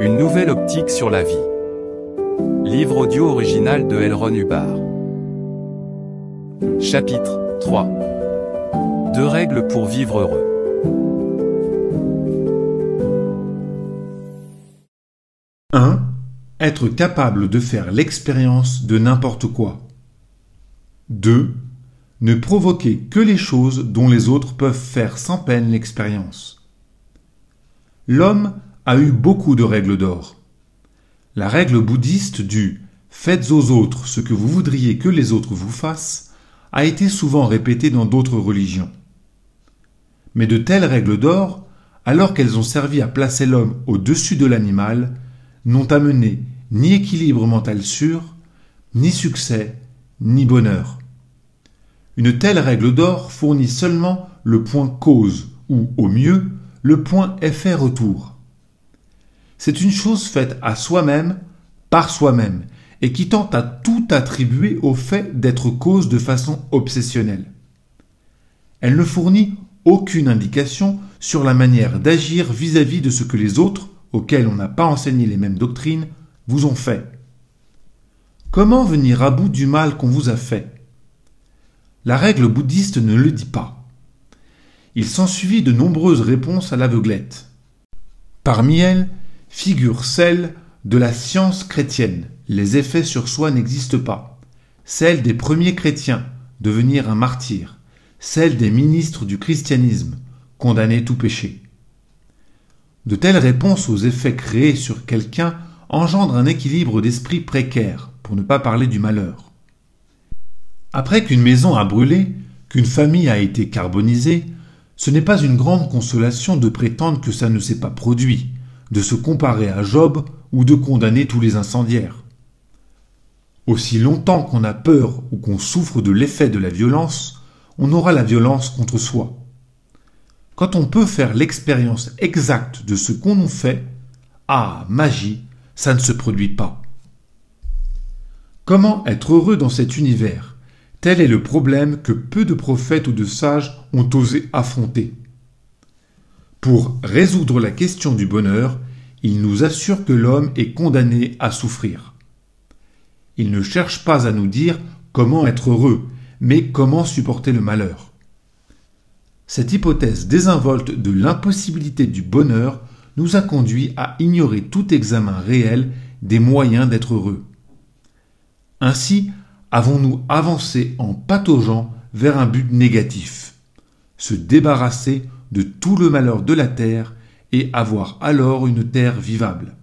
Une nouvelle optique sur la vie. Livre audio original de L. Ron Hubbard. Chapitre 3. 2 règles pour vivre heureux. Être capable de faire l'expérience de n'importe quoi. 2. Ne provoquer que les choses dont les autres peuvent faire sans peine l'expérience. L'homme a eu beaucoup de règles d'or. La règle bouddhiste du « faites aux autres ce que vous voudriez que les autres vous fassent » a été souvent répétée dans d'autres religions. Mais de telles règles d'or, alors qu'elles ont servi à placer l'homme au-dessus de l'animal, n'ont amené ni équilibre mental sûr, ni succès, ni bonheur. Une telle règle d'or fournit seulement le point cause, ou, au mieux, le point effet retour. C'est une chose faite à soi-même, par soi-même, et qui tente à tout attribuer au fait d'être cause de façon obsessionnelle. Elle ne fournit aucune indication sur la manière d'agir vis-à-vis de ce que les autres, auxquels on n'a pas enseigné les mêmes doctrines, vous ont fait. Comment venir à bout du mal qu'on vous a fait? La règle bouddhiste ne le dit pas. Il s'ensuivit de nombreuses réponses à l'aveuglette. Parmi elles figure celle de la science chrétienne, les effets sur soi n'existent pas, celle des premiers chrétiens, devenir un martyr, celle des ministres du christianisme, condamner tout péché. De telles réponses aux effets créés sur quelqu'un engendrent un équilibre d'esprit précaire, pour ne pas parler du malheur. Après qu'une maison a brûlé, qu'une famille a été carbonisée, ce n'est pas une grande consolation de prétendre que ça ne s'est pas produit, de se comparer à Job ou de condamner tous les incendiaires. Aussi longtemps qu'on a peur ou qu'on souffre de l'effet de la violence, on aura la violence contre soi. Quand on peut faire l'expérience exacte de ce qu'on nous fait, magie, ça ne se produit pas. Comment être heureux dans cet univers? Tel est le problème que peu de prophètes ou de sages ont osé affronter. Pour résoudre la question du bonheur, il nous assure que l'homme est condamné à souffrir. Il ne cherche pas à nous dire comment être heureux, mais comment supporter le malheur. Cette hypothèse désinvolte de l'impossibilité du bonheur nous a conduit à ignorer tout examen réel des moyens d'être heureux. Ainsi, avons-nous avancé en pataugeant vers un but négatif, se débarrasser de tout le malheur de la terre et avoir alors une terre vivable.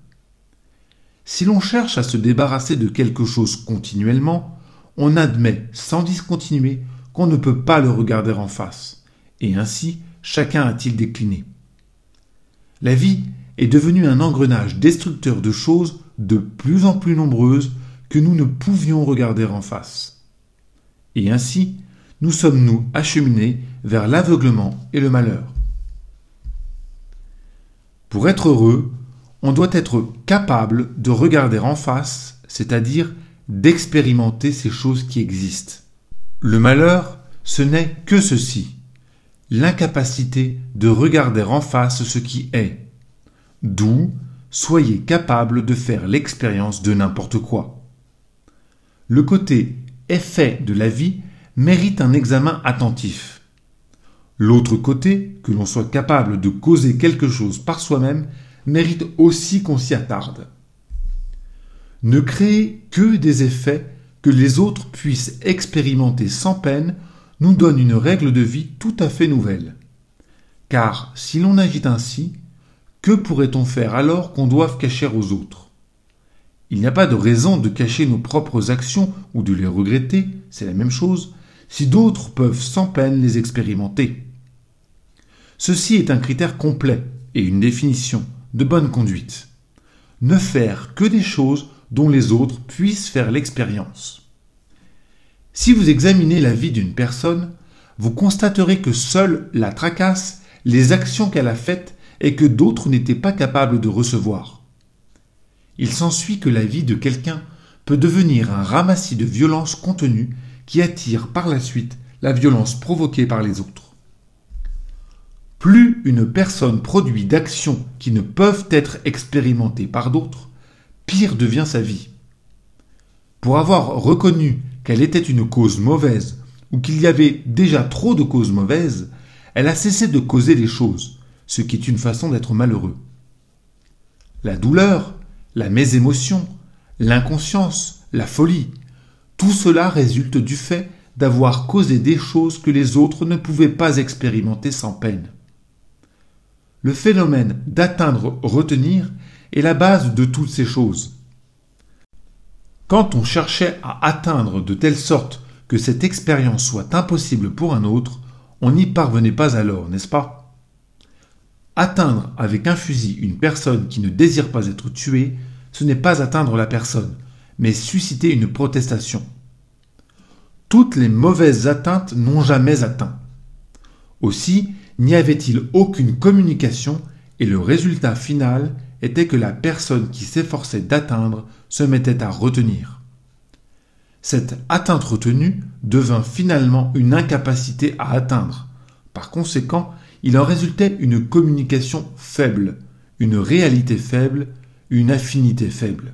Si l'on cherche à se débarrasser de quelque chose continuellement, on admet sans discontinuer qu'on ne peut pas le regarder en face, et ainsi chacun a-t-il décliné. La vie est devenue un engrenage destructeur de choses de plus en plus nombreuses que nous ne pouvions regarder en face. Et ainsi, nous sommes-nous acheminés vers l'aveuglement et le malheur. Pour être heureux, on doit être capable de regarder en face, c'est-à-dire d'expérimenter ces choses qui existent. Le malheur, ce n'est que ceci, l'incapacité de regarder en face ce qui est. D'où, soyez capable de faire l'expérience de n'importe quoi. Le côté effet de la vie mérite un examen attentif. L'autre côté, que l'on soit capable de causer quelque chose par soi-même, mérite aussi qu'on s'y attarde. Ne créer que des effets que les autres puissent expérimenter sans peine nous donne une règle de vie tout à fait nouvelle. Car si l'on agit ainsi, que pourrait-on faire alors qu'on doive cacher aux autres? Il n'y a pas de raison de cacher nos propres actions ou de les regretter, c'est la même chose, si d'autres peuvent sans peine les expérimenter. Ceci est un critère complet et une définition de bonne conduite. Ne faire que des choses dont les autres puissent faire l'expérience. Si vous examinez la vie d'une personne, vous constaterez que seule la tracasse les actions qu'elle a faites et que d'autres n'étaient pas capables de recevoir. Il s'ensuit que la vie de quelqu'un peut devenir un ramassis de violences contenues qui attire par la suite la violence provoquée par les autres. Plus une personne produit d'actions qui ne peuvent être expérimentées par d'autres, pire devient sa vie. Pour avoir reconnu qu'elle était une cause mauvaise ou qu'il y avait déjà trop de causes mauvaises, elle a cessé de causer les choses, ce qui est une façon d'être malheureux. La douleur, la mésémotion, l'inconscience, la folie, tout cela résulte du fait d'avoir causé des choses que les autres ne pouvaient pas expérimenter sans peine. Le phénomène d'atteindre-retenir est la base de toutes ces choses. Quand on cherchait à atteindre de telle sorte que cette expérience soit impossible pour un autre, on n'y parvenait pas alors, n'est-ce pas? Atteindre avec un fusil une personne qui ne désire pas être tuée, ce n'est pas atteindre la personne, mais susciter une protestation. Toutes les mauvaises atteintes n'ont jamais atteint. Aussi, n'y avait-il aucune communication et le résultat final était que la personne qui s'efforçait d'atteindre se mettait à retenir. Cette atteinte retenue devint finalement une incapacité à atteindre. Par conséquent, il en résultait une communication faible, une réalité faible, une affinité faible.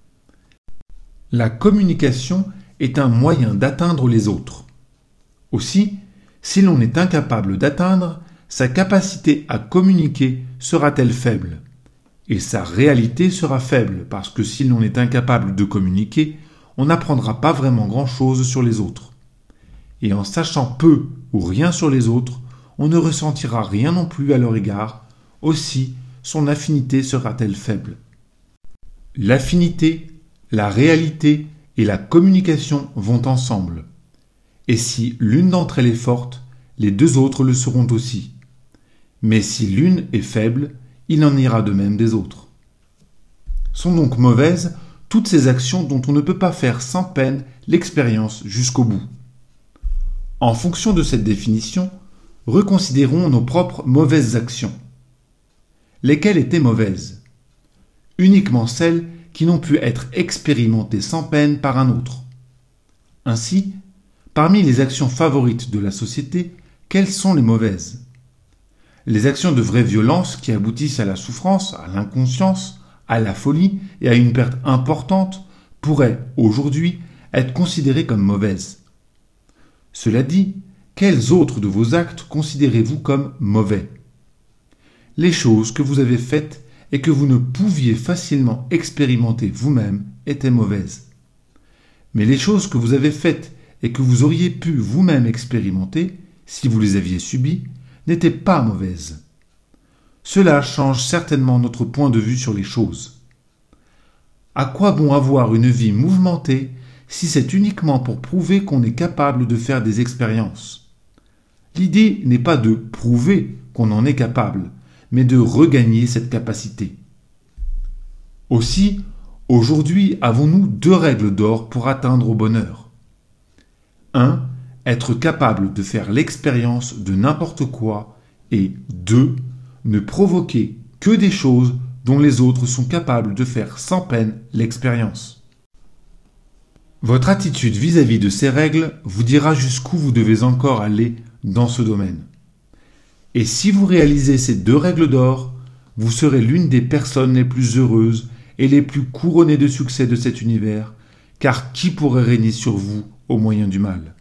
La communication est un moyen d'atteindre les autres. Aussi, si l'on est incapable d'atteindre, sa capacité à communiquer sera-t-elle faible? Et sa réalité sera faible, parce que si l'on est incapable de communiquer, on n'apprendra pas vraiment grand-chose sur les autres. Et en sachant peu ou rien sur les autres, on ne ressentira rien non plus à leur égard, aussi son affinité sera-t-elle faible. L'affinité, la réalité et la communication vont ensemble. Et si l'une d'entre elles est forte, les deux autres le seront aussi. Mais si l'une est faible, il en ira de même des autres. Sont donc mauvaises toutes ces actions dont on ne peut pas faire sans peine l'expérience jusqu'au bout. En fonction de cette définition, reconsidérons nos propres mauvaises actions. Lesquelles étaient mauvaises? Uniquement celles qui n'ont pu être expérimentées sans peine par un autre. Ainsi, parmi les actions favorites de la société, quelles sont les mauvaises? Les actions de vraie violence qui aboutissent à la souffrance, à l'inconscience, à la folie et à une perte importante pourraient, aujourd'hui, être considérées comme mauvaises. Cela dit, quels autres de vos actes considérez-vous comme mauvais? Les choses que vous avez faites et que vous ne pouviez facilement expérimenter vous-même étaient mauvaises. Mais les choses que vous avez faites et que vous auriez pu vous-même expérimenter, si vous les aviez subies, n'étaient pas mauvaises. Cela change certainement notre point de vue sur les choses. À quoi bon avoir une vie mouvementée si c'est uniquement pour prouver qu'on est capable de faire des expériences? L'idée n'est pas de prouver qu'on en est capable, mais de regagner cette capacité. Aussi, aujourd'hui, avons-nous 2 règles d'or pour atteindre au bonheur. 1. Être capable de faire l'expérience de n'importe quoi, et 2. Ne provoquer que des choses dont les autres sont capables de faire sans peine l'expérience. Votre attitude vis-à-vis de ces règles vous dira jusqu'où vous devez encore aller dans ce domaine. Et si vous réalisez ces 2 règles d'or, vous serez l'une des personnes les plus heureuses et les plus couronnées de succès de cet univers, car qui pourrait régner sur vous au moyen du mal?